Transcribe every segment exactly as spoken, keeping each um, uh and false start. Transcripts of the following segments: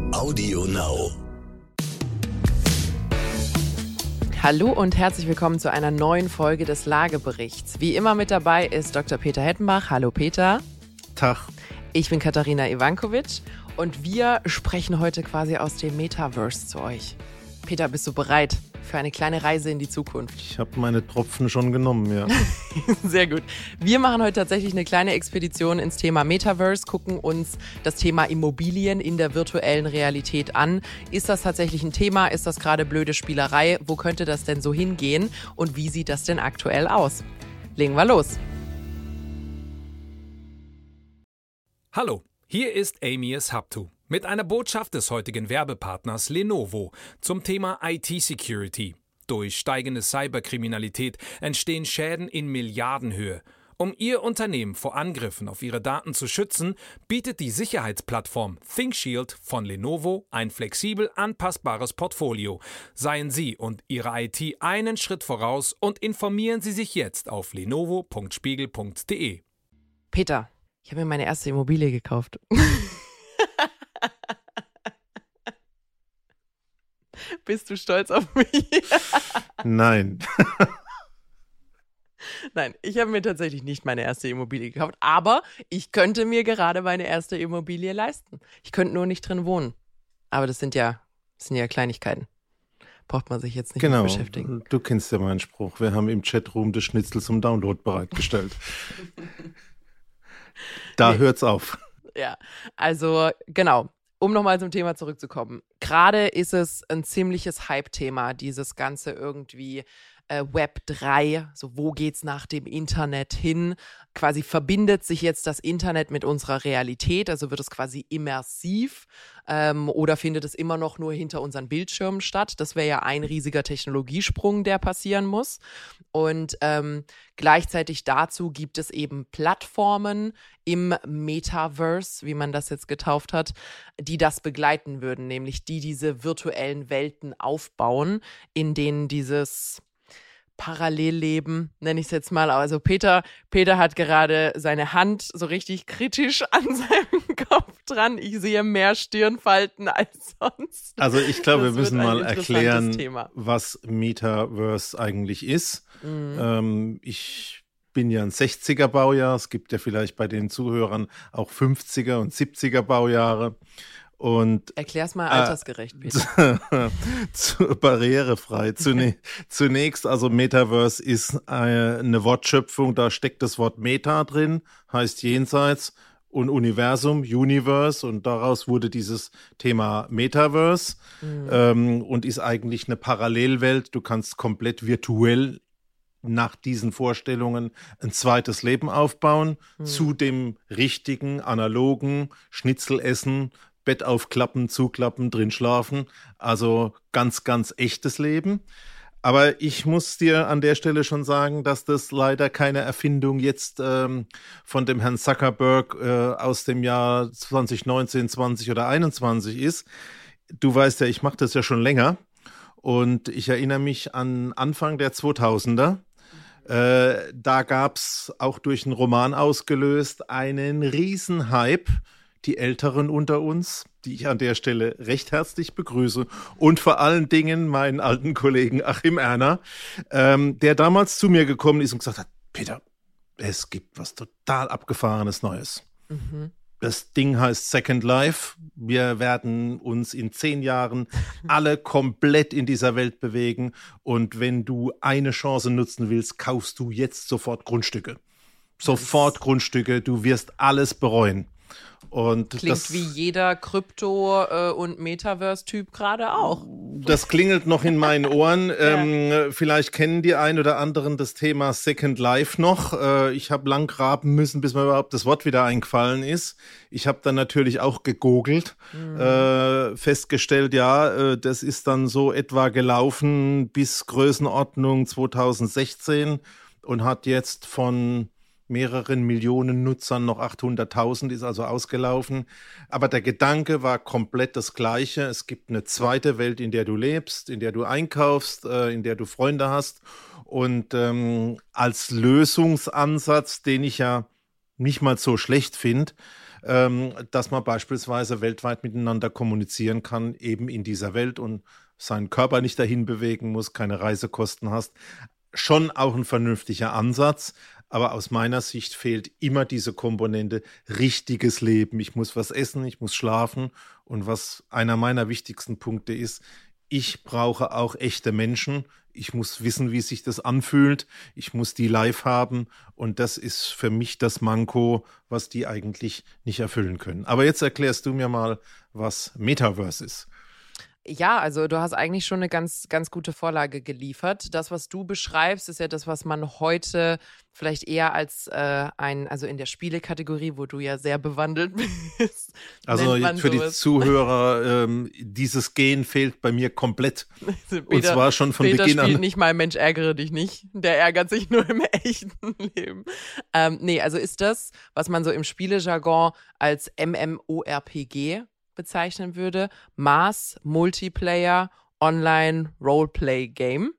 Audio Now. Hallo und herzlich willkommen zu einer neuen Folge des Lageberichts. Wie immer mit dabei ist Doktor Peter Hettenbach. Hallo Peter. Tag. Ich bin Katharina Ivankovic und wir sprechen heute quasi aus dem Metaverse zu euch. Peter, bist du bereit für eine kleine Reise in die Zukunft? Ich habe meine Tropfen schon genommen, ja. Sehr gut. Wir machen heute tatsächlich eine kleine Expedition ins Thema Metaverse, gucken uns das Thema Immobilien in der virtuellen Realität an. Ist das tatsächlich ein Thema? Ist das gerade blöde Spielerei? Wo könnte das denn so hingehen? Und wie sieht das denn aktuell aus? Legen wir los. Hallo, hier ist Amias Haptu mit einer Botschaft des heutigen Werbepartners Lenovo zum Thema I T-Security. Durch steigende Cyberkriminalität entstehen Schäden in Milliardenhöhe. Um Ihr Unternehmen vor Angriffen auf Ihre Daten zu schützen, bietet die Sicherheitsplattform ThinkShield von Lenovo ein flexibel anpassbares Portfolio. Seien Sie und Ihre I T einen Schritt voraus und informieren Sie sich jetzt auf lenovo punkt spiegel punkt de. Peter, ich habe mir meine erste Immobilie gekauft. Bist du stolz auf mich? Nein. Nein, ich habe mir tatsächlich nicht meine erste Immobilie gekauft, aber ich könnte mir gerade meine erste Immobilie leisten. Ich könnte nur nicht drin wohnen. Aber das sind ja, das sind ja Kleinigkeiten. Braucht man sich jetzt nicht genau. mit beschäftigen. Du kennst ja meinen Spruch. Wir haben im Chatroom das Schnitzel zum Download bereitgestellt. Da nee. Hört's auf. Ja, also genau. Um nochmal zum Thema zurückzukommen. Gerade ist es ein ziemliches Hype-Thema, dieses ganze irgendwie äh, Web drei, so wo geht's nach dem Internet hin? Quasi verbindet sich jetzt das Internet mit unserer Realität, also wird es quasi immersiv ähm, oder findet es immer noch nur hinter unseren Bildschirmen statt? Das wäre ja ein riesiger Technologiesprung, der passieren muss. Und ähm, gleichzeitig dazu gibt es eben Plattformen im Metaverse, wie man das jetzt getauft hat, die das begleiten würden, nämlich die diese virtuellen Welten aufbauen, in denen dieses Parallelleben, nenne ich es jetzt mal. Also Peter, Peter hat gerade seine Hand so richtig kritisch an seinem Kopf dran. Ich sehe mehr Stirnfalten als sonst. Also ich glaube, das wir müssen mal erklären, Thema. was Metaverse eigentlich ist. Mhm. Ähm, ich bin ja ein sechziger Baujahr. Es gibt ja vielleicht bei den Zuhörern auch fünfziger und siebziger Baujahre. Und erklär's mal altersgerecht, Peter. Äh, zu, barrierefrei. Zunä- zunächst, also Metaverse ist eine Wortschöpfung, da steckt das Wort Meta drin, heißt jenseits, und Universum, Universe, und daraus wurde dieses Thema Metaverse mhm. ähm, und ist eigentlich eine Parallelwelt. Du kannst komplett virtuell nach diesen Vorstellungen ein zweites Leben aufbauen, mhm. zu dem richtigen, analogen Schnitzelessen, Bett aufklappen, zuklappen, drin schlafen. Also ganz, ganz echtes Leben. Aber ich muss dir an der Stelle schon sagen, dass das leider keine Erfindung jetzt ähm, von dem Herrn Zuckerberg äh, aus dem Jahr zwanzig neunzehn, zwanzig oder einundzwanzig ist. Du weißt ja, ich mache das ja schon länger. Und ich erinnere mich an Anfang der zweitausender. Äh, da gab es auch durch einen Roman ausgelöst einen Riesenhype. Die Älteren unter uns, die ich an der Stelle recht herzlich begrüße, und vor allen Dingen meinen alten Kollegen Achim Erner, ähm, der damals zu mir gekommen ist und gesagt hat, Peter, es gibt was total Abgefahrenes Neues. Mhm. Das Ding heißt Second Life. Wir werden uns in zehn Jahren alle komplett in dieser Welt bewegen, und wenn du eine Chance nutzen willst, kaufst du jetzt sofort Grundstücke. Sofort Grundstücke, du wirst alles bereuen. Und klingt das, wie jeder Krypto- äh, und Metaverse-Typ gerade auch. Das klingelt noch in meinen Ohren. Ja. ähm, vielleicht kennen die ein oder anderen das Thema Second Life noch. Äh, ich habe lang graben müssen, bis mir überhaupt das Wort wieder eingefallen ist. Ich habe dann natürlich auch gegoogelt, mhm. äh, festgestellt, ja, äh, das ist dann so etwa gelaufen bis Größenordnung zweitausendsechzehn und hat jetzt von mehreren Millionen Nutzern noch achthunderttausend, ist also ausgelaufen. Aber der Gedanke war komplett das Gleiche. Es gibt eine zweite Welt, in der du lebst, in der du einkaufst, äh, in der du Freunde hast. Und ähm, als Lösungsansatz, den ich ja nicht mal so schlecht finde, ähm, dass man beispielsweise weltweit miteinander kommunizieren kann, eben in dieser Welt und seinen Körper nicht dahin bewegen muss, keine Reisekosten hast. Schon auch ein vernünftiger Ansatz, aber aus meiner Sicht fehlt immer diese Komponente richtiges Leben. Ich muss was essen, ich muss schlafen und was einer meiner wichtigsten Punkte ist, ich brauche auch echte Menschen. Ich muss wissen, wie sich das anfühlt. Ich muss die live haben und das ist für mich das Manko, was die eigentlich nicht erfüllen können. Aber jetzt erklärst du mir mal, was Metaverse ist. Ja, also du hast eigentlich schon eine ganz, ganz gute Vorlage geliefert. Das, was du beschreibst, ist ja das, was man heute vielleicht eher als äh, ein, also in der Spielekategorie, wo du ja sehr bewandelt bist. Also für sowas. Die Zuhörer, ähm, dieses Gen fehlt bei mir komplett. Peter, Und zwar schon von Peter Beginn spielt an. Nicht mal Mensch, ärgere dich nicht. Der ärgert sich nur im echten Leben. Ähm, nee, also ist das, was man so im Spielejargon als MMORPG bezeichnen würde, Mass Multiplayer Online Roleplay Game.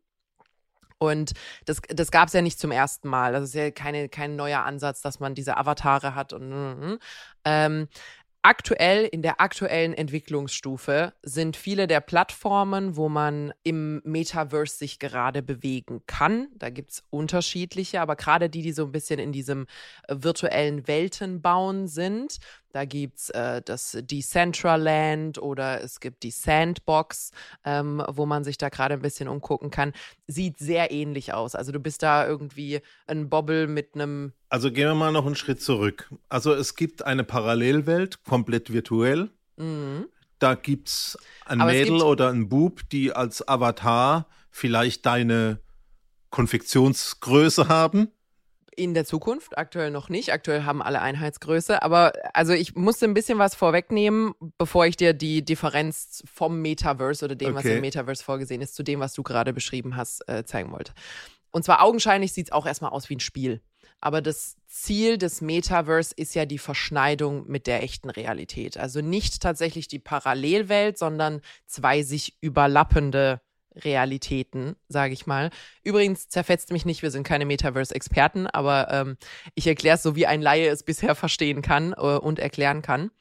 Und das, das gab es ja nicht zum ersten Mal. Das ist ja keine, kein neuer Ansatz, dass man diese Avatare hat. Und ähm, aktuell, in der aktuellen Entwicklungsstufe sind viele der Plattformen, wo man im Metaverse sich gerade bewegen kann. Da gibt es unterschiedliche, aber gerade die, die so ein bisschen in diesem äh, virtuellen Weltenbauen sind. Da gibt es äh, das Decentraland oder es gibt die Sandbox, ähm, wo man sich da gerade ein bisschen umgucken kann. Sieht sehr ähnlich aus. Also du bist da irgendwie ein Bobble mit einem... Also gehen wir mal noch einen Schritt zurück. Also es gibt eine Parallelwelt, komplett virtuell. Mhm. Da gibt es ein Aber es Mädel gibt- oder ein Bub, die als Avatar vielleicht deine Konfektionsgröße haben. In der Zukunft, aktuell noch nicht. Aktuell haben alle Einheitsgröße. Aber also ich musste ein bisschen was vorwegnehmen, bevor ich dir die Differenz vom Metaverse oder dem, was Okay. im Metaverse vorgesehen ist, zu dem, was du gerade beschrieben hast, äh, zeigen wollte. Und zwar augenscheinlich sieht es auch erstmal aus wie ein Spiel. Aber das Ziel des Metaverse ist ja die Verschneidung mit der echten Realität. Also nicht tatsächlich die Parallelwelt, sondern zwei sich überlappende Realitäten, sage ich mal. Übrigens, zerfetzt mich nicht, wir sind keine Metaverse-Experten, aber ähm, ich erkläre es so, wie ein Laie es bisher verstehen kann äh, und erklären kann.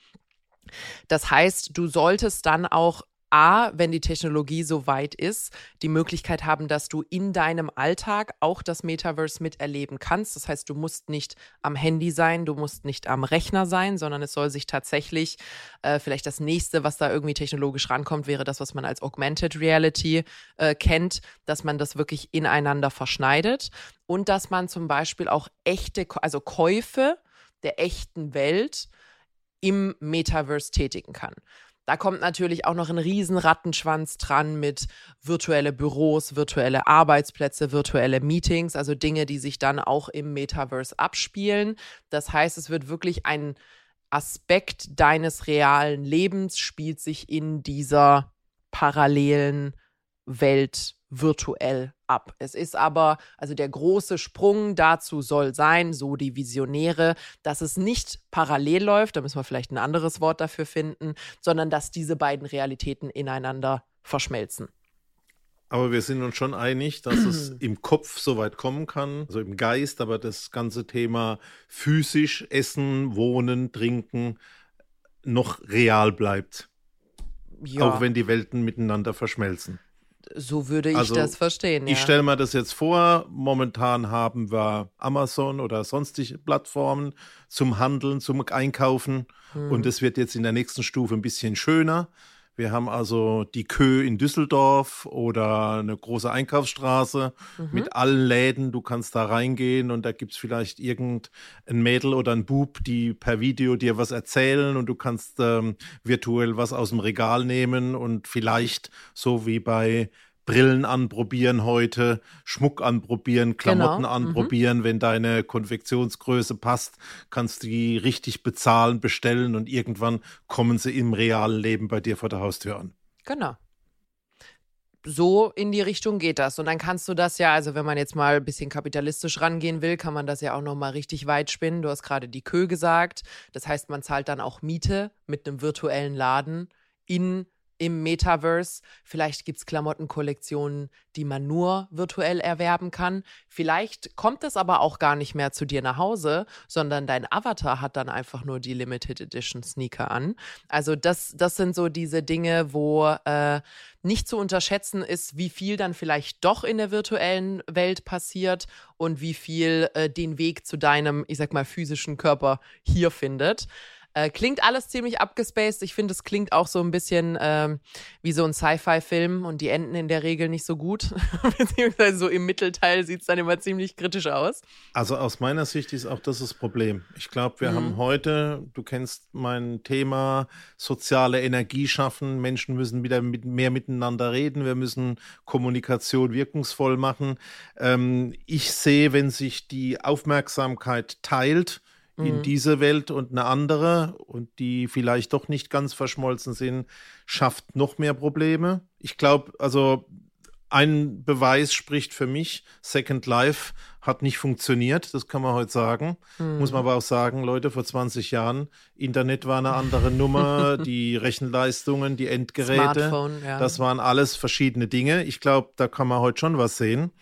Das heißt, du solltest dann auch A, wenn die Technologie so weit ist, die Möglichkeit haben, dass du in deinem Alltag auch das Metaverse miterleben kannst. Das heißt, du musst nicht am Handy sein, du musst nicht am Rechner sein, sondern es soll sich tatsächlich, äh, vielleicht das nächste, was da irgendwie technologisch rankommt, wäre das, was man als Augmented Reality äh, kennt, dass man das wirklich ineinander verschneidet und dass man zum Beispiel auch echte, also Käufe der echten Welt im Metaverse tätigen kann. Da kommt natürlich auch noch ein riesen Rattenschwanz dran mit virtuelle Büros, virtuelle Arbeitsplätze, virtuelle Meetings, also Dinge, die sich dann auch im Metaverse abspielen. Das heißt, es wird wirklich ein Aspekt deines realen Lebens spielt sich in dieser parallelen Welt virtuell ab. Es ist aber, also der große Sprung dazu soll sein, so die Visionäre, dass es nicht parallel läuft, da müssen wir vielleicht ein anderes Wort dafür finden, sondern dass diese beiden Realitäten ineinander verschmelzen. Aber wir sind uns schon einig, dass es im Kopf so weit kommen kann, also im Geist, aber das ganze Thema physisch, Essen, Wohnen, Trinken noch real bleibt. Ja, Auch wenn die Welten miteinander verschmelzen. so würde ich Also, das verstehen. Ja. Ich stelle mir das jetzt vor, momentan haben wir Amazon oder sonstige Plattformen zum Handeln, zum Einkaufen Hm. und es wird jetzt in der nächsten Stufe ein bisschen schöner. Wir haben also die Kö in Düsseldorf oder eine große Einkaufsstraße Mhm. mit allen Läden. Du kannst da reingehen und da gibt es vielleicht irgendein Mädel oder ein Bub, die per Video dir was erzählen und du kannst ähm, virtuell was aus dem Regal nehmen und vielleicht so wie bei Brillen anprobieren heute, Schmuck anprobieren, Klamotten Genau, mhm. anprobieren. Wenn deine Konfektionsgröße passt, kannst du die richtig bezahlen, bestellen und irgendwann kommen sie im realen Leben bei dir vor der Haustür an. Genau. So in die Richtung geht das. Und dann kannst du das ja, also wenn man jetzt mal ein bisschen kapitalistisch rangehen will, kann man das ja auch nochmal richtig weit spinnen. Du hast gerade die Kö gesagt. Das heißt, man zahlt dann auch Miete mit einem virtuellen Laden in im Metaverse. Vielleicht gibt es Klamottenkollektionen, die man nur virtuell erwerben kann. Vielleicht kommt es aber auch gar nicht mehr zu dir nach Hause, sondern dein Avatar hat dann einfach nur die Limited Edition Sneaker an. Also das, das sind so diese Dinge, wo äh, nicht zu unterschätzen ist, wie viel dann vielleicht doch in der virtuellen Welt passiert und wie viel äh, den Weg zu deinem, ich sag mal, physischen Körper hier findet. Äh, klingt alles ziemlich abgespaced. Ich finde, es klingt auch so ein bisschen ähm, wie so ein Sci-Fi-Film und die enden in der Regel nicht so gut. Beziehungsweise so im Mittelteil sieht es dann immer ziemlich kritisch aus. Also aus meiner Sicht ist auch das das Problem. Ich glaube, wir mhm. haben heute, du kennst mein Thema, soziale Energie schaffen. Menschen müssen wieder mit, mehr miteinander reden. Wir müssen Kommunikation wirkungsvoll machen. Ähm, ich sehe, wenn sich die Aufmerksamkeit teilt, in diese Welt und eine andere und die vielleicht doch nicht ganz verschmolzen sind, schafft noch mehr Probleme. Ich glaube, also ein Beweis spricht für mich, Second Life hat nicht funktioniert, das kann man heute sagen. Mhm. Muss man aber auch sagen, Leute, vor zwanzig Jahren, Internet war eine andere Nummer, die Rechenleistungen, die Endgeräte, Smartphone, ja. Das waren alles verschiedene Dinge. Ich glaube, da kann man heute schon was sehen.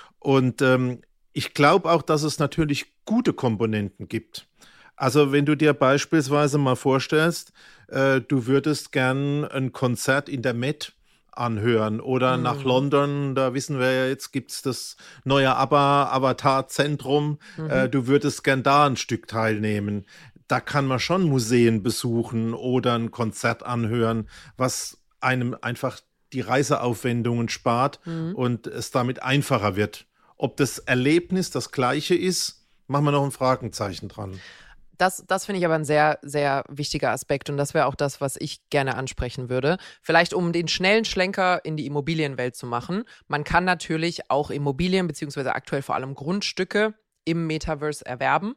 Und ähm, ich glaube auch, dass es natürlich gute Komponenten gibt. Also wenn du dir beispielsweise mal vorstellst, äh, du würdest gern ein Konzert in der Met anhören oder mhm. nach London, da wissen wir ja jetzt, gibt es das neue ABBA Avatar-Zentrum, mhm. äh, du würdest gern da ein Stück teilnehmen. Da kann man schon Museen besuchen oder ein Konzert anhören, was einem einfach die Reiseaufwendungen spart mhm. und es damit einfacher wird. Ob das Erlebnis das gleiche ist, machen wir noch ein Fragezeichen dran. Das, das finde ich aber ein sehr, sehr wichtiger Aspekt und das wäre auch das, was ich gerne ansprechen würde. Vielleicht um den schnellen Schlenker in die Immobilienwelt zu machen. Man kann natürlich auch Immobilien beziehungsweise aktuell vor allem Grundstücke im Metaverse erwerben.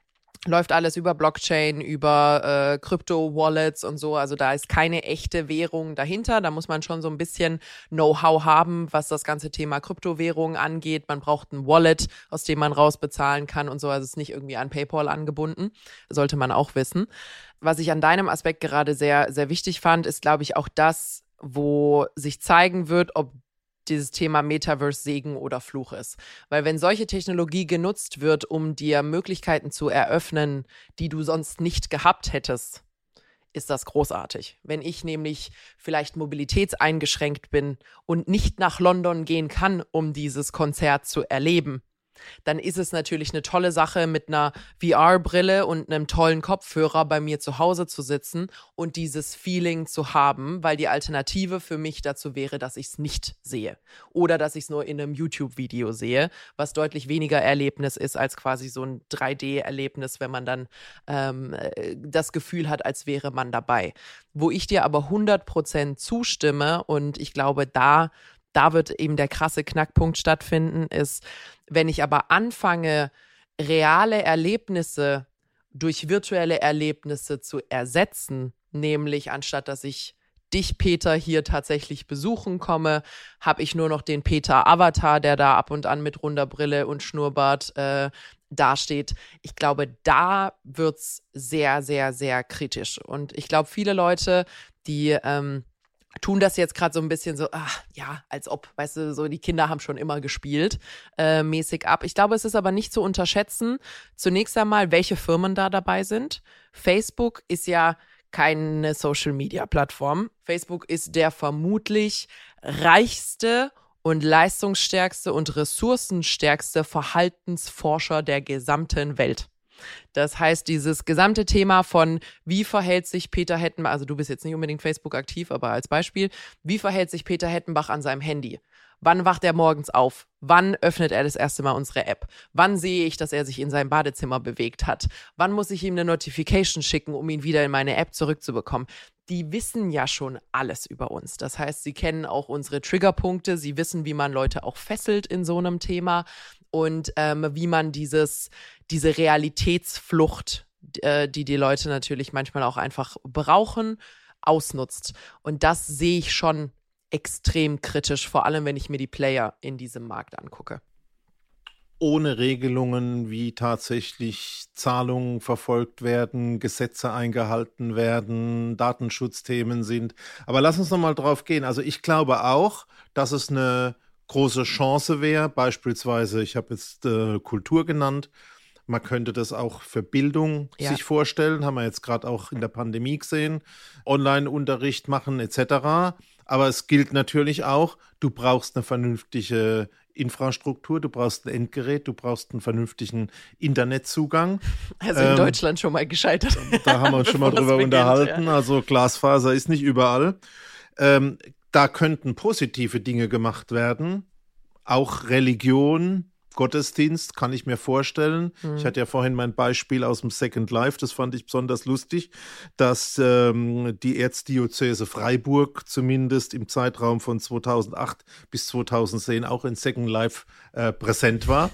Läuft alles über Blockchain, über äh, Krypto-Wallets und so. Also da ist keine echte Währung dahinter. Da muss man schon so ein bisschen Know-how haben, was das ganze Thema Kryptowährungen angeht. Man braucht ein Wallet, aus dem man rausbezahlen kann und so. Also es ist nicht irgendwie an PayPal angebunden. Sollte man auch wissen. Was ich an deinem Aspekt gerade sehr, sehr wichtig fand, ist, glaube ich, auch das, wo sich zeigen wird, ob dieses Thema Metaverse Segen oder Fluch ist. Weil wenn solche Technologie genutzt wird, um dir Möglichkeiten zu eröffnen, die du sonst nicht gehabt hättest, ist das großartig. Wenn ich nämlich vielleicht mobilitätseingeschränkt bin und nicht nach London gehen kann, um dieses Konzert zu erleben, dann ist es natürlich eine tolle Sache, mit einer V R-Brille und einem tollen Kopfhörer bei mir zu Hause zu sitzen und dieses Feeling zu haben, weil die Alternative für mich dazu wäre, dass ich es nicht sehe oder dass ich es nur in einem YouTube-Video sehe, was deutlich weniger Erlebnis ist als quasi so ein drei D-Erlebnis, wenn man dann ähm, das Gefühl hat, als wäre man dabei. Wo ich dir aber hundert Prozent zustimme und ich glaube, da Da wird eben der krasse Knackpunkt stattfinden, ist, wenn ich aber anfange, reale Erlebnisse durch virtuelle Erlebnisse zu ersetzen, nämlich anstatt dass ich dich, Peter, hier tatsächlich besuchen komme, habe ich nur noch den Peter-Avatar, der da ab und an mit runder Brille und Schnurrbart äh, dasteht. Ich glaube, da wird's sehr, sehr, sehr kritisch. Und ich glaube, viele Leute, die ähm, tun das jetzt gerade so ein bisschen so, ach, ja, als ob, weißt du, so die Kinder haben schon immer gespielt, äh, mäßig ab. Ich glaube, es ist aber nicht zu unterschätzen, zunächst einmal, welche Firmen da dabei sind. Facebook ist ja keine Social-Media-Plattform. Facebook ist der vermutlich reichste und leistungsstärkste und ressourcenstärkste Verhaltensforscher der gesamten Welt. Das heißt, dieses gesamte Thema von, wie verhält sich Peter Hettenbach, also du bist jetzt nicht unbedingt Facebook aktiv, aber als Beispiel, wie verhält sich Peter Hettenbach an seinem Handy? Wann wacht er morgens auf? Wann öffnet er das erste Mal unsere App? Wann sehe ich, dass er sich in seinem Badezimmer bewegt hat? Wann muss ich ihm eine Notification schicken, um ihn wieder in meine App zurückzubekommen? Die wissen ja schon alles über uns. Das heißt, sie kennen auch unsere Triggerpunkte, sie wissen, wie man Leute auch fesselt in so einem Thema und ähm, wie man dieses, diese Realitätsflucht, äh, die die Leute natürlich manchmal auch einfach brauchen, ausnutzt. Und das sehe ich schon extrem kritisch, vor allem wenn ich mir die Player in diesem Markt angucke. ohne Regelungen, wie tatsächlich Zahlungen verfolgt werden, Gesetze eingehalten werden, Datenschutzthemen sind. Aber lass uns noch mal drauf gehen. Also ich glaube auch, dass es eine große Chance wäre, beispielsweise, ich habe jetzt äh, Kultur genannt, man könnte das auch für Bildung ja. sich vorstellen, haben wir jetzt gerade auch in der Pandemie gesehen, Online-Unterricht machen et cetera. Aber es gilt natürlich auch, du brauchst eine vernünftige Infrastruktur, du brauchst ein Endgerät, du brauchst einen vernünftigen Internetzugang. Also in ähm, Deutschland schon mal gescheitert. Da haben wir uns schon mal drüber beginnt, unterhalten. Ja. Also Glasfaser ist nicht überall. Ähm, da könnten positive Dinge gemacht werden. Auch Religion, Gottesdienst kann ich mir vorstellen. Mhm. Ich hatte ja vorhin mein Beispiel aus dem Second Life, das fand ich besonders lustig, dass ähm, die Erzdiözese Freiburg zumindest im Zeitraum von zweitausendacht bis zweitausendzehn auch in Second Life äh, präsent war.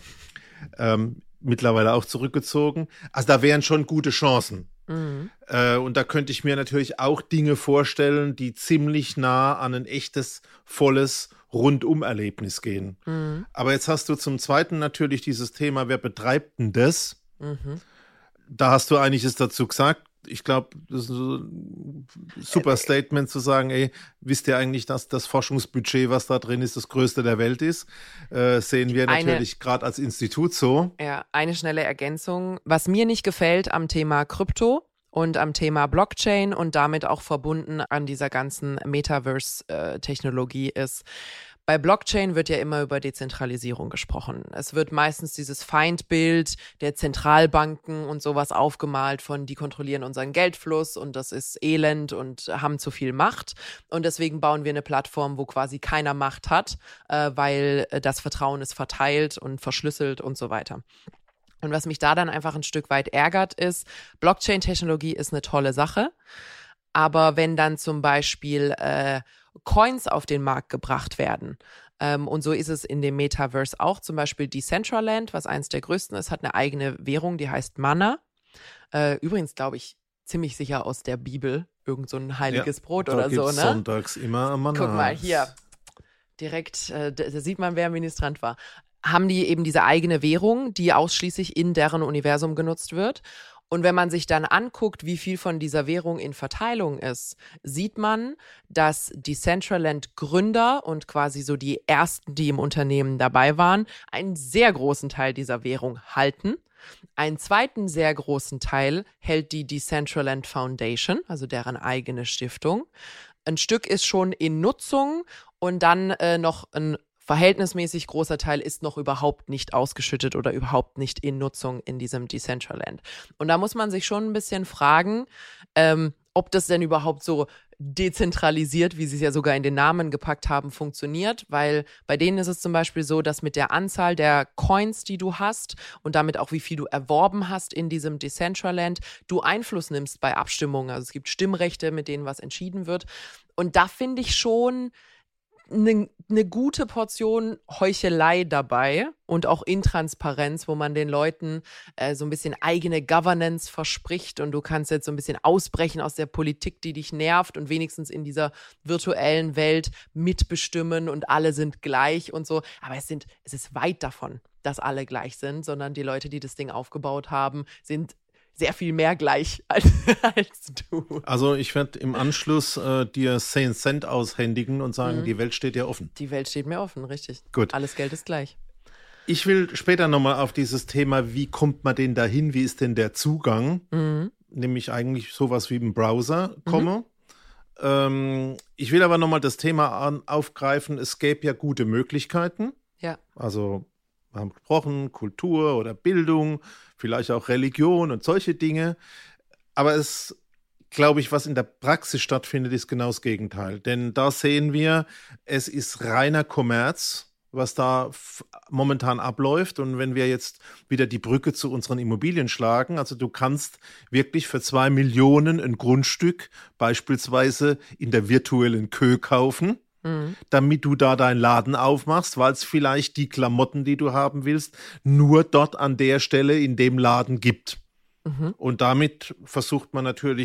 Ähm, mittlerweile auch zurückgezogen. Also da wären schon gute Chancen. Mhm. Äh, und da könnte ich mir natürlich auch Dinge vorstellen, die ziemlich nah an ein echtes, volles Rundum-Erlebnis gehen. Mhm. Aber jetzt hast du zum Zweiten natürlich dieses Thema, wer betreibt denn das? Mhm. Da hast du einiges dazu gesagt. Ich glaube, das ist ein super Statement zu sagen, ey, wisst ihr eigentlich, dass das Forschungsbudget, was da drin ist, das größte der Welt ist? Äh, sehen wir eine, natürlich gerade als Institut so. Ja, eine schnelle Ergänzung. Was mir nicht gefällt am Thema Krypto und am Thema Blockchain und damit auch verbunden an dieser ganzen Metaverse-Technologie ist, bei Blockchain wird ja immer über Dezentralisierung gesprochen. Es wird meistens dieses Feindbild der Zentralbanken und sowas aufgemalt von, die kontrollieren unseren Geldfluss und das ist elend und haben zu viel Macht. Und deswegen bauen wir eine Plattform, wo quasi keiner Macht hat, äh, weil das Vertrauen ist verteilt und verschlüsselt und so weiter. Und was mich da dann einfach ein Stück weit ärgert ist, Blockchain-Technologie ist eine tolle Sache, aber wenn dann zum Beispiel äh, Coins auf den Markt gebracht werden. Ähm, und so ist es in dem Metaverse auch. Zum Beispiel Decentraland, was eins der größten ist, hat eine eigene Währung, die heißt Mana. Äh, übrigens, glaube ich, ziemlich sicher aus der Bibel. Irgend so ein heiliges ja, Brot oder so, ne? Sonntags immer Mana. Guck mal, hier. Direkt, äh, da, da sieht man, wer Ministrant war. Haben die eben diese eigene Währung, die ausschließlich in deren Universum genutzt wird. Und wenn man sich dann anguckt, wie viel von dieser Währung in Verteilung ist, sieht man, dass Decentraland-Gründer und quasi so die ersten, die im Unternehmen dabei waren, einen sehr großen Teil dieser Währung halten. Einen zweiten sehr großen Teil hält die Decentraland Foundation, also deren eigene Stiftung. Ein Stück ist schon in Nutzung und dann äh, noch ein verhältnismäßig großer Teil ist noch überhaupt nicht ausgeschüttet oder überhaupt nicht in Nutzung in diesem Decentraland. Und da muss man sich schon ein bisschen fragen, ähm, ob das denn überhaupt so dezentralisiert, wie sie es ja sogar in den Namen gepackt haben, funktioniert, weil bei denen ist es zum Beispiel so, dass mit der Anzahl der Coins, die du hast und damit auch wie viel du erworben hast in diesem Decentraland, du Einfluss nimmst bei Abstimmungen. Also es gibt Stimmrechte, mit denen was entschieden wird. Und da finde ich schon eine ne gute Portion Heuchelei dabei und auch Intransparenz, wo man den Leuten äh, so ein bisschen eigene Governance verspricht und du kannst jetzt so ein bisschen ausbrechen aus der Politik, die dich nervt und wenigstens in dieser virtuellen Welt mitbestimmen und alle sind gleich und so. Aber es sind, es ist weit davon, dass alle gleich sind, sondern die Leute, die das Ding aufgebaut haben, sind sehr viel mehr gleich als, als du. Also ich werde im Anschluss äh, dir zehn Cent aushändigen und sagen, mhm. die Welt steht dir offen. Die Welt steht mir offen, richtig. Gut. Alles Geld ist gleich. Ich will später nochmal auf dieses Thema, wie kommt man denn dahin, wie ist denn der Zugang, mhm. nämlich eigentlich sowas wie im Browser komme. Mhm. Ähm, ich will aber nochmal das Thema an, aufgreifen, es gäbe ja gute Möglichkeiten. Ja. Also wir haben gesprochen, Kultur oder Bildung, vielleicht auch Religion und solche Dinge. Aber es, glaube ich, was in der Praxis stattfindet, ist genau das Gegenteil. Denn da sehen wir, es ist reiner Kommerz, was da f- momentan abläuft. Und wenn wir jetzt wieder die Brücke zu unseren Immobilien schlagen, also du kannst wirklich für zwei Millionen ein Grundstück beispielsweise in der virtuellen Kö kaufen, damit du da deinen Laden aufmachst, weil es vielleicht die Klamotten, die du haben willst, nur dort an der Stelle in dem Laden gibt. Mhm. Und damit versucht man natürlich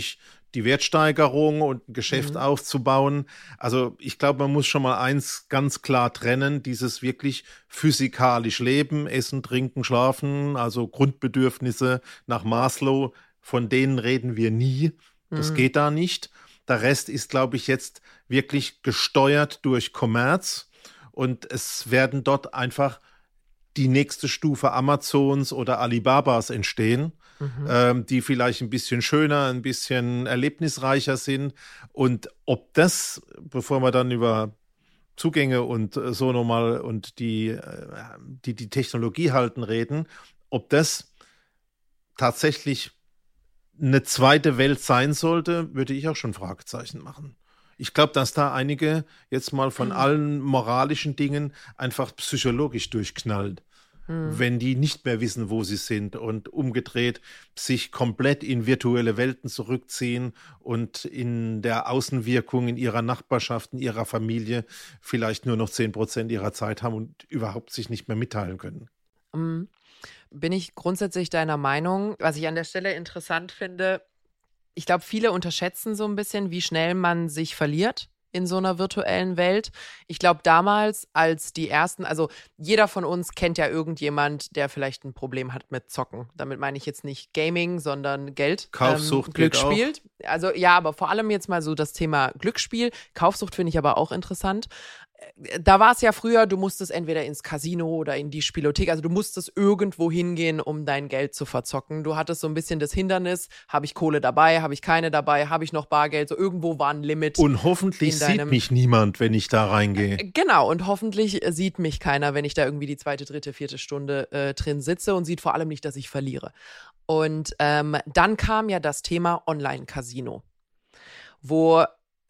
die Wertsteigerung und ein Geschäft Mhm. aufzubauen. Also ich glaube, man muss schon mal eins ganz klar trennen, dieses wirklich physikalisch Leben, Essen, Trinken, Schlafen, also Grundbedürfnisse nach Maslow, von denen reden wir nie. Das Mhm. geht da nicht. Der Rest ist, glaube ich, jetzt wirklich gesteuert durch Kommerz und es werden dort einfach die nächste Stufe Amazons oder Alibabas entstehen, Mhm. ähm, die vielleicht ein bisschen schöner, ein bisschen erlebnisreicher sind. Und ob das, bevor wir dann über Zugänge und äh, so nochmal und die, äh, die die Technologie halten reden, ob das tatsächlich eine zweite Welt sein sollte, würde ich auch schon Fragezeichen machen. Ich glaube, dass da einige jetzt mal von allen moralischen Dingen einfach psychologisch durchknallt, Mhm. wenn die nicht mehr wissen, wo sie sind und umgedreht sich komplett in virtuelle Welten zurückziehen und in der Außenwirkung in ihrer Nachbarschaft, in ihrer Familie vielleicht nur noch zehn Prozent ihrer Zeit haben und überhaupt sich nicht mehr mitteilen können. Mhm. Bin ich grundsätzlich deiner Meinung. Was ich an der Stelle interessant finde, ich glaube, viele unterschätzen so ein bisschen, wie schnell man sich verliert in so einer virtuellen Welt. Ich glaube, damals, als die ersten, also jeder von uns kennt ja irgendjemand, der vielleicht ein Problem hat mit Zocken. Damit meine ich jetzt nicht Gaming, sondern Geld. Kaufsucht ähm, geht Glücksspiel. Also ja, aber vor allem jetzt mal so das Thema Glücksspiel. Kaufsucht finde ich aber auch interessant. Da war es ja früher, du musstest entweder ins Casino oder in die Spielothek, also du musstest irgendwo hingehen, um dein Geld zu verzocken. Du hattest so ein bisschen das Hindernis, habe ich Kohle dabei, habe ich keine dabei, habe ich noch Bargeld, so irgendwo war ein Limit. Und hoffentlich in sieht deinem- mich niemand, wenn ich da reingehe. Genau, und hoffentlich äh, sieht mich keiner, wenn ich da irgendwie die zweite, dritte, vierte Stunde äh, drin sitze und sieht vor allem nicht, dass ich verliere. Und ähm, dann kam ja das Thema Online-Casino, wo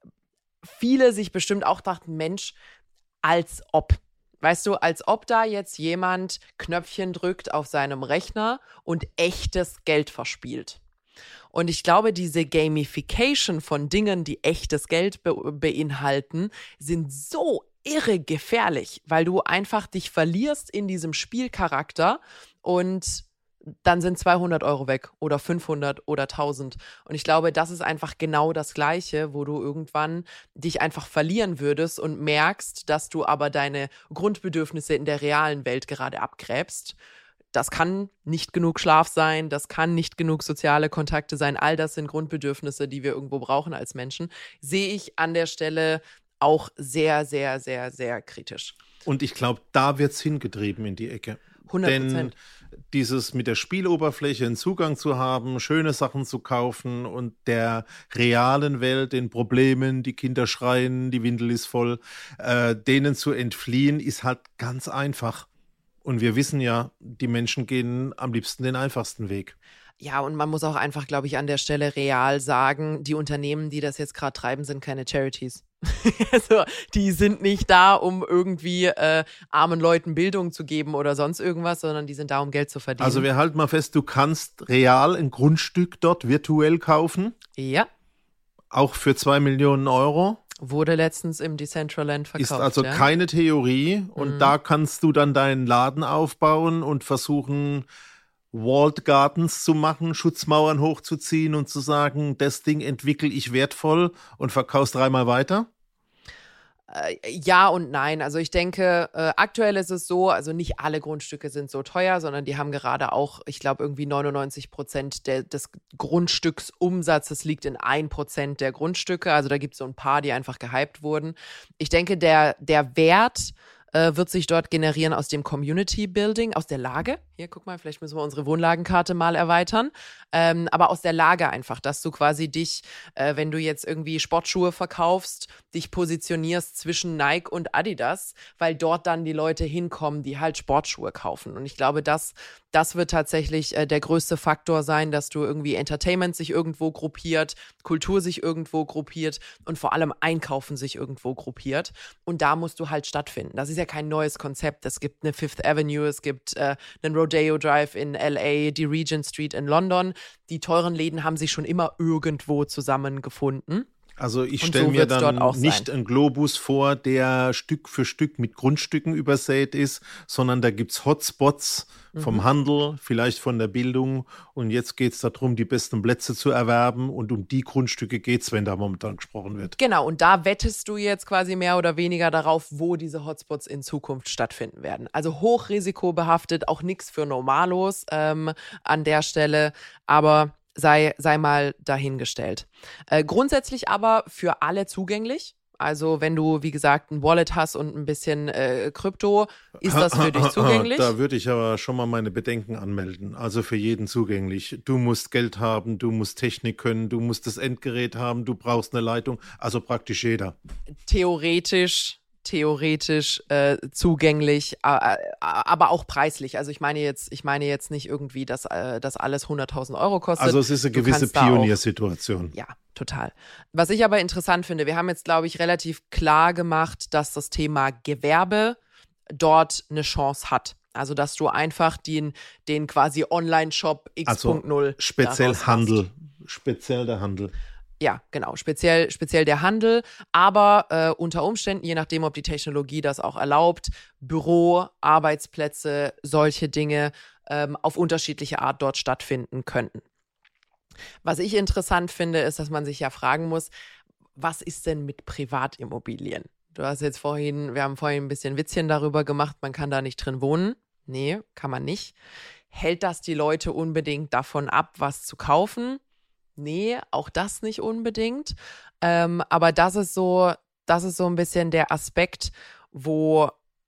viele sich bestimmt auch dachten, Mensch, als ob. Weißt du, als ob da jetzt jemand Knöpfchen drückt auf seinem Rechner und echtes Geld verspielt. Und ich glaube, diese Gamification von Dingen, die echtes Geld be- beinhalten, sind so irre gefährlich, weil du einfach dich verlierst in diesem Spielcharakter und dann sind zweihundert Euro weg oder fünfhundert oder tausend. Und ich glaube, das ist einfach genau das Gleiche, wo du irgendwann dich einfach verlieren würdest und merkst, dass du aber deine Grundbedürfnisse in der realen Welt gerade abgräbst. Das kann nicht genug Schlaf sein, das kann nicht genug soziale Kontakte sein. All das sind Grundbedürfnisse, die wir irgendwo brauchen als Menschen. Sehe ich an der Stelle auch sehr, sehr, sehr, sehr kritisch. Und ich glaube, da wird es hingetrieben in die Ecke. hundert Denn Prozent. dieses mit der Spieloberfläche einen Zugang zu haben, schöne Sachen zu kaufen und der realen Welt, den Problemen, die Kinder schreien, die Windel ist voll, äh, denen zu entfliehen, ist halt ganz einfach. Und wir wissen ja, die Menschen gehen am liebsten den einfachsten Weg. Ja, und man muss auch einfach, glaube ich, an der Stelle real sagen, die Unternehmen, die das jetzt gerade treiben, sind keine Charities. Also, die sind nicht da, um irgendwie äh, armen Leuten Bildung zu geben oder sonst irgendwas, sondern die sind da, um Geld zu verdienen. Also wir halten mal fest, du kannst real ein Grundstück dort virtuell kaufen, ja, auch für zwei Millionen Euro. wurde letztens im Decentraland verkauft. Ist also ja? keine Theorie und Mhm. da kannst du dann deinen Laden aufbauen und versuchen, Walled Gardens zu machen, Schutzmauern hochzuziehen und zu sagen, das Ding entwickle ich wertvoll und verkaufst dreimal weiter? Äh, ja und nein. Also ich denke, äh, aktuell ist es so, also nicht alle Grundstücke sind so teuer, sondern die haben gerade auch, ich glaube, irgendwie neunundneunzig Prozent der, des Grundstücksumsatzes liegt in ein Prozent der Grundstücke. Also da gibt es so ein paar, die einfach gehypt wurden. Ich denke, der, der Wert äh, wird sich dort generieren aus dem Community Building, aus der Lage. Hier, guck mal, vielleicht müssen wir unsere Wohnlagenkarte mal erweitern. Ähm, aber aus der Lage einfach, dass du quasi dich, äh, wenn du jetzt irgendwie Sportschuhe verkaufst, dich positionierst zwischen Nike und Adidas, weil dort dann die Leute hinkommen, die halt Sportschuhe kaufen. Und ich glaube, das, das wird tatsächlich äh, der größte Faktor sein, dass du irgendwie Entertainment sich irgendwo gruppiert, Kultur sich irgendwo gruppiert und vor allem Einkaufen sich irgendwo gruppiert. Und da musst du halt stattfinden. Das ist ja kein neues Konzept. Es gibt eine Fifth Avenue, es gibt äh, einen Rodeo Drive in L A, die Regent Street in London. Die teuren Läden haben sich schon immer irgendwo zusammengefunden. Also ich Und stelle so mir wird's dort dann auch nicht sein. einen Globus vor, der Stück für Stück mit Grundstücken übersät ist, sondern da gibt es Hotspots vom Mhm. Handel, vielleicht von der Bildung. Und jetzt geht es darum, die besten Plätze zu erwerben. Und um die Grundstücke geht es, wenn da momentan gesprochen wird. Genau, und da wettest du jetzt quasi mehr oder weniger darauf, wo diese Hotspots in Zukunft stattfinden werden. Also hochrisikobehaftet, auch nichts für Normalos ähm, an der Stelle, aber sei, sei mal dahingestellt. Äh, grundsätzlich aber für alle zugänglich. Also wenn du, wie gesagt, ein Wallet hast und ein bisschen äh, Krypto, ist das für dich zugänglich? Da würde ich aber schon mal meine Bedenken anmelden. Also für jeden zugänglich. Du musst Geld haben, du musst Technik können, du musst das Endgerät haben, du brauchst eine Leitung. Also praktisch jeder. Theoretisch, theoretisch äh, zugänglich, äh, aber auch preislich. Also ich meine jetzt, ich meine jetzt nicht irgendwie, dass äh, das alles hunderttausend Euro kostet. Also es ist eine Du gewisse kannst da auch- Pioniersituation. Ja, total. Was ich aber interessant finde, wir haben jetzt, glaube ich, relativ klar gemacht, dass das Thema Gewerbe dort eine Chance hat. Also, dass du einfach den, den quasi Online-Shop X Punkt null Also speziell daraus hast. Handel. Speziell der Handel. Ja, genau, speziell, speziell der Handel, aber äh, unter Umständen, je nachdem, ob die Technologie das auch erlaubt, Büro, Arbeitsplätze, solche Dinge ähm, auf unterschiedliche Art dort stattfinden könnten. Was ich interessant finde, ist, dass man sich ja fragen muss, was ist denn mit Privatimmobilien? Du hast jetzt vorhin, wir haben vorhin ein bisschen Witzchen darüber gemacht, man kann da nicht drin wohnen. Nee, kann man nicht. Hält das die Leute unbedingt davon ab, was zu kaufen? Nee, auch das nicht unbedingt. Ähm, aber das ist so, das ist so ein bisschen der Aspekt, wo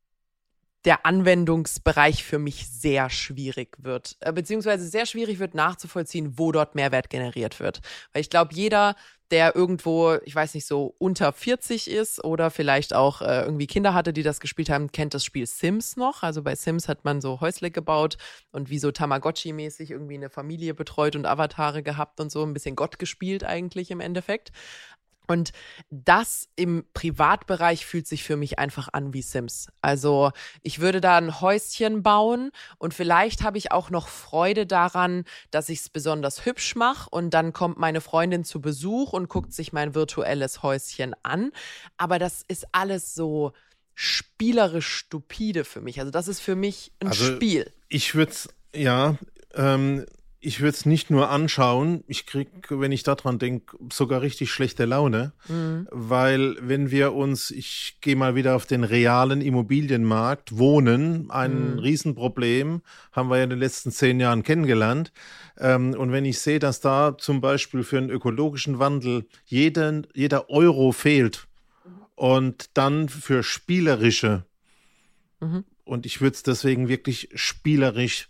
der Anwendungsbereich für mich sehr schwierig wird, äh, beziehungsweise sehr schwierig wird nachzuvollziehen, wo dort Mehrwert generiert wird. Weil ich glaube, jeder, der irgendwo, ich weiß nicht, so unter vierzig ist oder vielleicht auch äh, irgendwie Kinder hatte, die das gespielt haben, kennt das Spiel Sims noch. Also bei Sims hat man so Häusle gebaut und wie so Tamagotchi-mäßig irgendwie eine Familie betreut und Avatare gehabt und so, ein bisschen Gott gespielt eigentlich im Endeffekt. Und das im Privatbereich fühlt sich für mich einfach an wie Sims. Also ich würde da ein Häuschen bauen und vielleicht habe ich auch noch Freude daran, dass ich es besonders hübsch mache und dann kommt meine Freundin zu Besuch und guckt sich mein virtuelles Häuschen an. Aber das ist alles so spielerisch stupide für mich. Also das ist für mich ein Also Spiel. Ich würde es, ja, ähm, ich würde es nicht nur anschauen, ich kriege, wenn ich daran denke, sogar richtig schlechte Laune, Mhm. weil wenn wir uns, ich gehe mal wieder auf den realen Immobilienmarkt, Wohnen, ein Mhm. Riesenproblem, haben wir ja in den letzten zehn Jahren kennengelernt. Ähm, und wenn ich sehe, dass da zum Beispiel für einen ökologischen Wandel jeden, jeder Euro fehlt und dann für spielerische, Mhm. und ich würde es deswegen wirklich spielerisch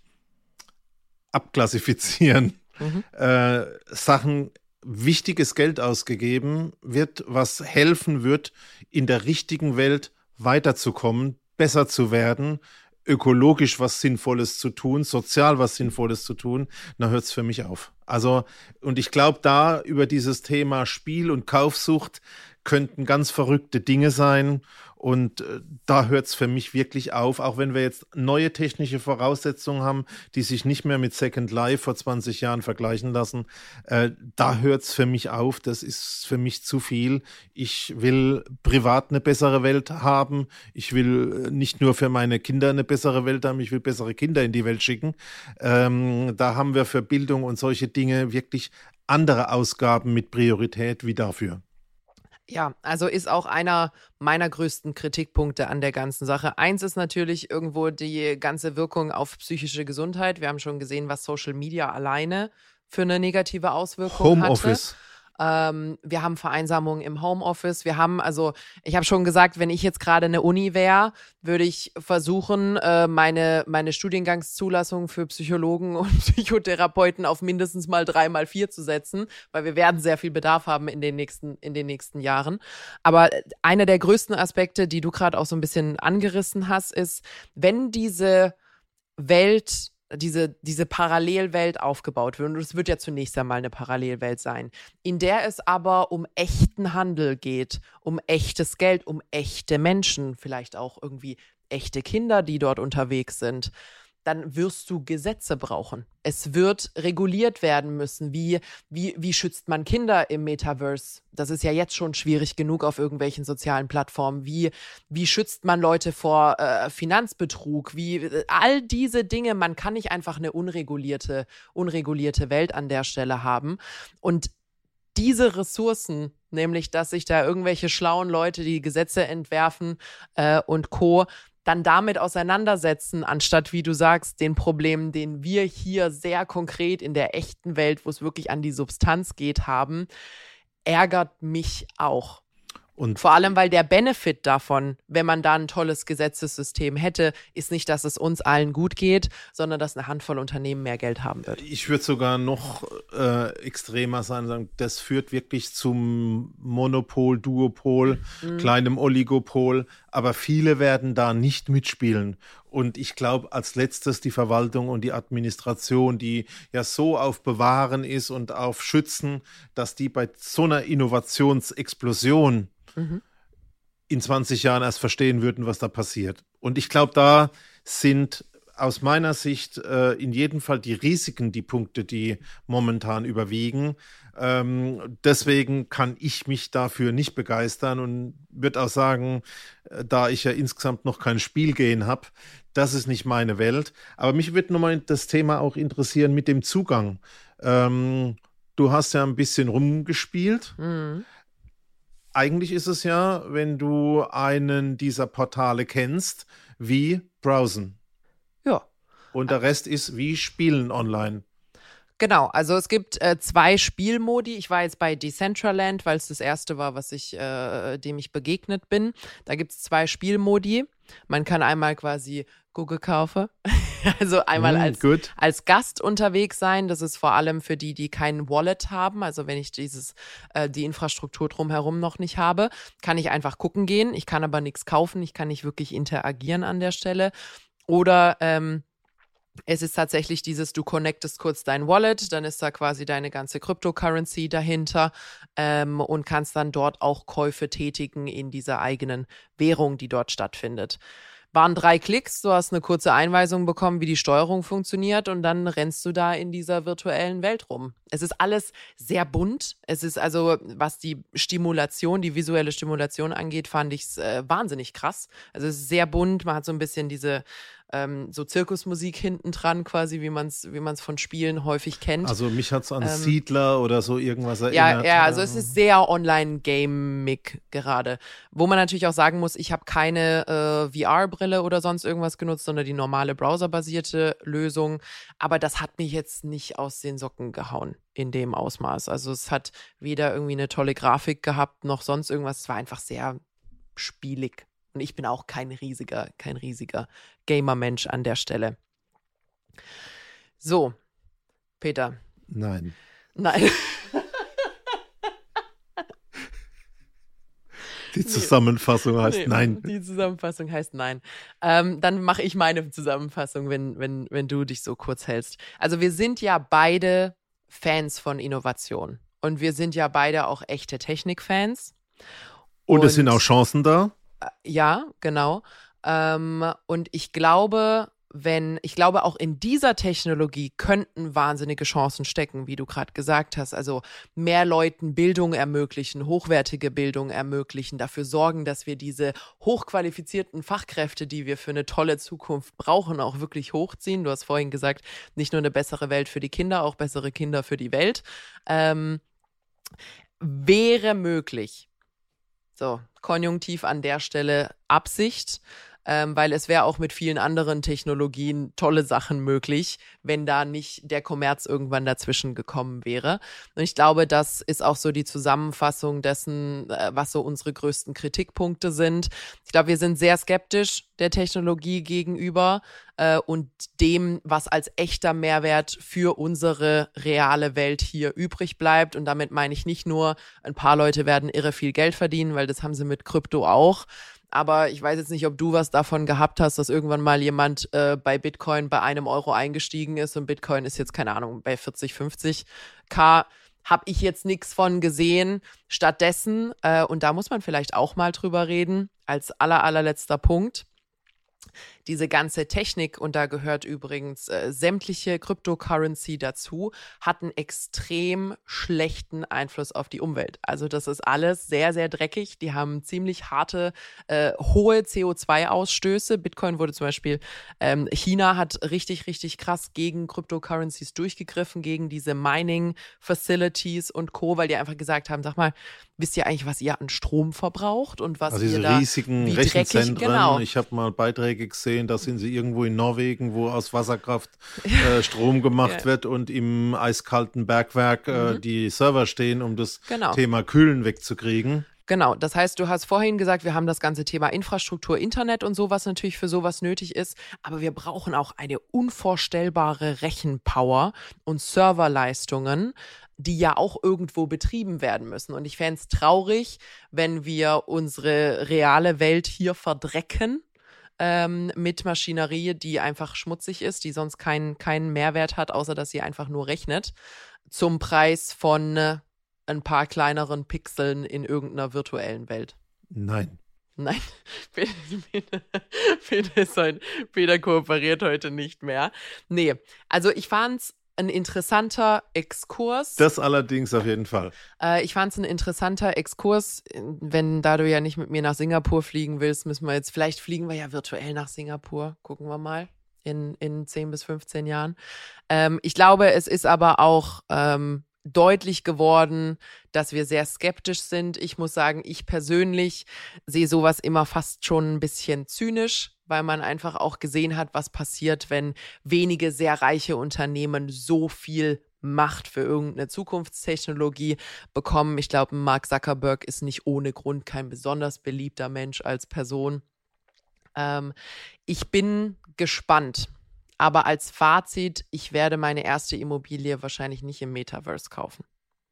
abklassifizieren, Mhm. äh, Sachen, wichtiges Geld ausgegeben wird, was helfen wird, in der richtigen Welt weiterzukommen, besser zu werden, ökologisch was Sinnvolles zu tun, sozial was Sinnvolles zu tun, dann hört es für mich auf. Also, und ich glaube, da über dieses Thema Spiel und Kaufsucht könnten ganz verrückte Dinge sein. Und äh, da hört es für mich wirklich auf, auch wenn wir jetzt neue technische Voraussetzungen haben, die sich nicht mehr mit Second Life vor zwanzig Jahren vergleichen lassen. Äh, da hört es für mich auf, das ist für mich zu viel. Ich will privat eine bessere Welt haben. Ich will nicht nur für meine Kinder eine bessere Welt haben, ich will bessere Kinder in die Welt schicken. Ähm, da haben wir für Bildung und solche Dinge wirklich andere Ausgaben mit Priorität wie dafür. Ja, also ist auch einer meiner größten Kritikpunkte an der ganzen Sache. Eins ist natürlich irgendwo die ganze Wirkung auf psychische Gesundheit. Wir haben schon gesehen, was Social Media alleine für eine negative Auswirkung hatte. Homeoffice. Ähm, wir haben Vereinsamung im Homeoffice. Wir haben, also ich habe schon gesagt, wenn ich jetzt gerade eine Uni wäre, würde ich versuchen, äh, meine, meine Studiengangszulassung für Psychologen und Psychotherapeuten auf mindestens mal drei mal vier zu setzen, weil wir werden sehr viel Bedarf haben in den nächsten, in den nächsten Jahren. Aber einer der größten Aspekte, die du gerade auch so ein bisschen angerissen hast, ist, wenn diese Welt diese, diese Parallelwelt aufgebaut wird. Und es wird ja zunächst einmal eine Parallelwelt sein, in der es aber um echten Handel geht, um echtes Geld, um echte Menschen, vielleicht auch irgendwie echte Kinder, die dort unterwegs sind. dann wirst du Gesetze brauchen. Es wird reguliert werden müssen. Wie, wie, wie schützt man Kinder im Metaverse? Das ist ja jetzt schon schwierig genug auf irgendwelchen sozialen Plattformen. Wie, wie schützt man Leute vor äh, Finanzbetrug? Wie, all diese Dinge, man kann nicht einfach eine unregulierte, unregulierte Welt an der Stelle haben. Und diese Ressourcen, nämlich, dass sich da irgendwelche schlauen Leute, die Gesetze entwerfen äh, und Co., dann damit auseinandersetzen, anstatt, wie du sagst, den Problemen, den wir hier sehr konkret in der echten Welt, wo es wirklich an die Substanz geht, haben, ärgert mich auch. Und vor allem, weil der Benefit davon, wenn man da ein tolles Gesetzessystem hätte, ist nicht, dass es uns allen gut geht, sondern dass eine Handvoll Unternehmen mehr Geld haben wird. Ich würde sogar noch äh, extremer sein und sagen, das führt wirklich zum Monopol, Duopol, mhm. kleinem Oligopol, aber viele werden da nicht mitspielen. Und ich glaube, als letztes die Verwaltung und die Administration, die ja so auf Bewahren ist und auf Schützen, dass die bei so einer Innovationsexplosion Mhm. in zwanzig Jahren erst verstehen würden, was da passiert. Und ich glaube, da sind aus meiner Sicht äh, in jedem Fall die Risiken die Punkte, die momentan überwiegen. Ähm, deswegen kann ich mich dafür nicht begeistern und würde auch sagen, äh, da ich ja insgesamt noch kein Spielgehen habe, das ist nicht meine Welt. Aber mich würde nochmal das Thema auch interessieren mit dem Zugang. Ähm, du hast ja ein bisschen rumgespielt. Mhm. Eigentlich ist es ja, wenn du einen dieser Portale kennst, wie browsen. Ja. Und der Rest ist wie spielen online. Genau, also es gibt äh, zwei Spielmodi. Ich war jetzt bei Decentraland, weil es das erste war, was ich, äh, dem ich begegnet bin. Da gibt es zwei Spielmodi. Man kann einmal quasi Google kaufen, also einmal mm, als, als Gast unterwegs sein. Das ist vor allem für die, die kein Wallet haben. Also wenn ich dieses äh, die Infrastruktur drumherum noch nicht habe, kann ich einfach gucken gehen. Ich kann aber nichts kaufen. Ich kann nicht wirklich interagieren an der Stelle. Oder ähm, es ist tatsächlich dieses, du connectest kurz dein Wallet, dann ist da quasi deine ganze Cryptocurrency dahinter ähm, und kannst dann dort auch Käufe tätigen in dieser eigenen Währung, die dort stattfindet. Waren drei Klicks, du hast eine kurze Einweisung bekommen, wie die Steuerung funktioniert und dann rennst du da in dieser virtuellen Welt rum. Es ist alles sehr bunt. Es ist also, was die Stimulation, die visuelle Stimulation angeht, fand ich es äh, wahnsinnig krass. Also es ist sehr bunt, man hat so ein bisschen diese ähm, so Zirkusmusik hinten dran quasi, wie man es wie man's von Spielen häufig kennt. Also mich hat es an ähm, Siedler oder so irgendwas erinnert. Ja, ja, also es ist sehr online-gamig gerade. Wo man natürlich auch sagen muss, ich habe keine äh, V R-Brille oder sonst irgendwas genutzt, sondern die normale browserbasierte Lösung. Aber das hat mich jetzt nicht aus den Socken gehauen in dem Ausmaß. Also es hat weder irgendwie eine tolle Grafik gehabt, noch sonst irgendwas. Es war einfach sehr spielig. Und ich bin auch kein riesiger, kein riesiger Gamer-Mensch an der Stelle. So, Peter. Nein. Nein. Die Zusammenfassung heißt nee, nein. Die Zusammenfassung heißt nein. Ähm, dann mache ich meine Zusammenfassung, wenn, wenn, wenn du dich so kurz hältst. Also wir sind ja beide Fans von Innovation. Und wir sind ja beide auch echte Technikfans. Und, und es sind auch Chancen da? Ja, genau. Ähm, und ich glaube, wenn, ich glaube, auch in dieser Technologie könnten wahnsinnige Chancen stecken, wie du gerade gesagt hast. Also mehr Leuten Bildung ermöglichen, hochwertige Bildung ermöglichen, dafür sorgen, dass wir diese hochqualifizierten Fachkräfte, die wir für eine tolle Zukunft brauchen, auch wirklich hochziehen. Du hast vorhin gesagt, nicht nur eine bessere Welt für die Kinder, auch bessere Kinder für die Welt. Ähm, wäre möglich. So, Konjunktiv an der Stelle Absicht, ähm, weil es wäre auch mit vielen anderen Technologien tolle Sachen möglich, wenn da nicht der Kommerz irgendwann dazwischen gekommen wäre. Und ich glaube, das ist auch so die Zusammenfassung dessen, äh, was so unsere größten Kritikpunkte sind. Ich glaube, wir sind sehr skeptisch der Technologie gegenüber äh, und dem, was als echter Mehrwert für unsere reale Welt hier übrig bleibt. Und damit meine ich nicht nur, ein paar Leute werden irre viel Geld verdienen, weil das haben sie mit Krypto auch. Aber ich weiß jetzt nicht, ob du was davon gehabt hast, dass irgendwann mal jemand äh, bei Bitcoin bei einem Euro eingestiegen ist und Bitcoin ist jetzt, keine Ahnung, bei vierzig, fünfzig K. Habe ich jetzt nichts von gesehen. Stattdessen, äh, und da muss man vielleicht auch mal drüber reden, als aller, allerletzter Punkt, diese ganze Technik, und da gehört übrigens äh, sämtliche Cryptocurrency dazu, hat einen extrem schlechten Einfluss auf die Umwelt. Also das ist alles sehr, sehr dreckig. Die haben ziemlich harte, äh, hohe C O zwei Ausstöße. Bitcoin wurde zum Beispiel, ähm, China hat richtig, richtig krass gegen Cryptocurrencies durchgegriffen, gegen diese Mining-Facilities und Co., weil die einfach gesagt haben, sag mal, wisst ihr eigentlich, was ihr an Strom verbraucht und was also ihr diese da, riesigen wie Rechenzentren. dreckig, genau. Ich habe mal Beiträge gesehen, da sind sie irgendwo in Norwegen, wo aus Wasserkraft äh, Strom gemacht ja. wird und im eiskalten Bergwerk äh, Mhm. die Server stehen, um das Genau. Thema Kühlen wegzukriegen. Genau, das heißt, du hast vorhin gesagt, wir haben das ganze Thema Infrastruktur, Internet und sowas natürlich für sowas nötig ist, aber wir brauchen auch eine unvorstellbare Rechenpower und Serverleistungen, die ja auch irgendwo betrieben werden müssen. Und ich fände es traurig, wenn wir unsere reale Welt hier verdrecken ähm, mit Maschinerie, die einfach schmutzig ist, die sonst keinen keinen Mehrwert hat, außer dass sie einfach nur rechnet, zum Preis von äh, ein paar kleineren Pixeln in irgendeiner virtuellen Welt. Nein. Nein, Peter, Peter, Peter, ist heute, Peter kooperiert heute nicht mehr. Nee, also ich fand's ein interessanter Exkurs. Das allerdings auf jeden Fall. Äh, ich fand's ein interessanter Exkurs. Wenn, da du ja nicht mit mir nach Singapur fliegen willst, müssen wir jetzt, vielleicht fliegen wir ja virtuell nach Singapur. Gucken wir mal. In, in zehn bis fünfzehn Jahren. Ähm, ich glaube, es ist aber auch ähm, deutlich geworden, dass wir sehr skeptisch sind. Ich muss sagen, ich persönlich sehe sowas immer fast schon ein bisschen zynisch, weil man einfach auch gesehen hat, was passiert, wenn wenige sehr reiche Unternehmen so viel Macht für irgendeine Zukunftstechnologie bekommen. Ich glaube, Mark Zuckerberg ist nicht ohne Grund kein besonders beliebter Mensch als Person. Ähm, ich bin gespannt. Aber als Fazit, ich werde meine erste Immobilie wahrscheinlich nicht im Metaverse kaufen.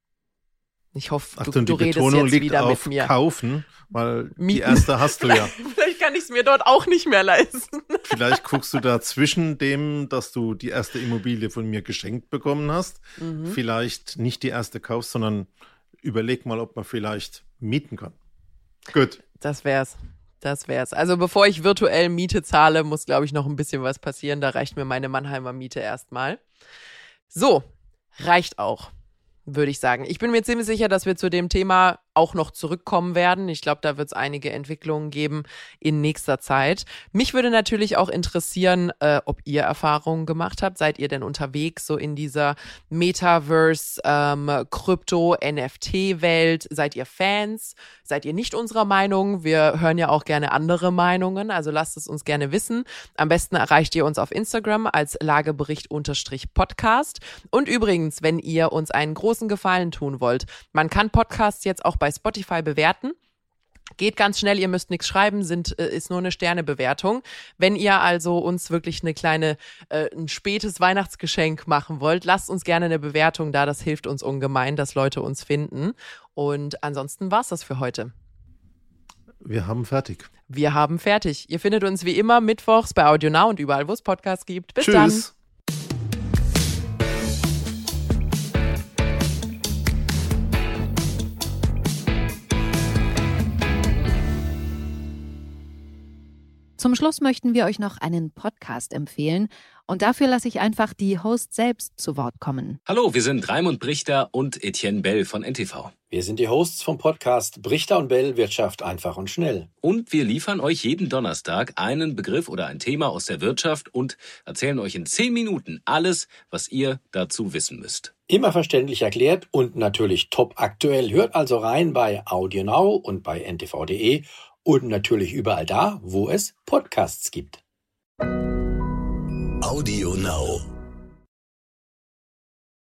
Ich hoffe, du, Achtung, du die redest Betonung jetzt liegt wieder auf mit mir. kaufen, weil die Mieten. erste hast du ja. Vielleicht kann ich es mir dort auch nicht mehr leisten. Vielleicht guckst du da zwischen dem, dass du die erste Immobilie von mir geschenkt bekommen hast, Mhm. vielleicht nicht die erste kaufst, sondern überleg mal, ob man vielleicht mieten kann. Gut. Das wär's. Das wär's. Also bevor ich virtuell Miete zahle, muss, glaube ich, noch ein bisschen was passieren. Da reicht mir meine Mannheimer Miete erstmal. So, reicht auch, würde ich sagen. Ich bin mir ziemlich sicher, dass wir zu dem Thema auch noch zurückkommen werden. Ich glaube, da wird es einige Entwicklungen geben in nächster Zeit. Mich würde natürlich auch interessieren, äh, ob ihr Erfahrungen gemacht habt. Seid ihr denn unterwegs so in dieser Metaverse, ähm, Krypto, N F T-Welt? Seid ihr Fans? Seid ihr nicht unserer Meinung? Wir hören ja auch gerne andere Meinungen, also lasst es uns gerne wissen. Am besten erreicht ihr uns auf Instagram als Lagebericht-Podcast. Und übrigens, wenn ihr uns einen großen Gefallen tun wollt, man kann Podcasts jetzt auch bei Spotify bewerten. Geht ganz schnell, ihr müsst nichts schreiben, sind, äh, ist nur eine Sternebewertung. Wenn ihr also uns wirklich eine kleine, äh, ein spätes Weihnachtsgeschenk machen wollt, lasst uns gerne eine Bewertung da, das hilft uns ungemein, dass Leute uns finden. Und ansonsten war's das für heute. Wir haben fertig. Wir haben fertig. Ihr findet uns wie immer mittwochs bei AudioNow und überall, wo es Podcasts gibt. Bis dann. Tschüss. Zum Schluss möchten wir euch noch einen Podcast empfehlen und dafür lasse ich einfach die Hosts selbst zu Wort kommen. Hallo, wir sind Raimund Brichter und Etienne Bell von N T V. Wir sind die Hosts vom Podcast Brichter und Bell Wirtschaft einfach und schnell. Und wir liefern euch jeden Donnerstag einen Begriff oder ein Thema aus der Wirtschaft und erzählen euch in zehn Minuten alles, was ihr dazu wissen müsst. Immer verständlich erklärt und natürlich top aktuell. Hört also rein bei AudioNow und bei N T V punkt de und natürlich überall da, wo es Podcasts gibt. AudioNow.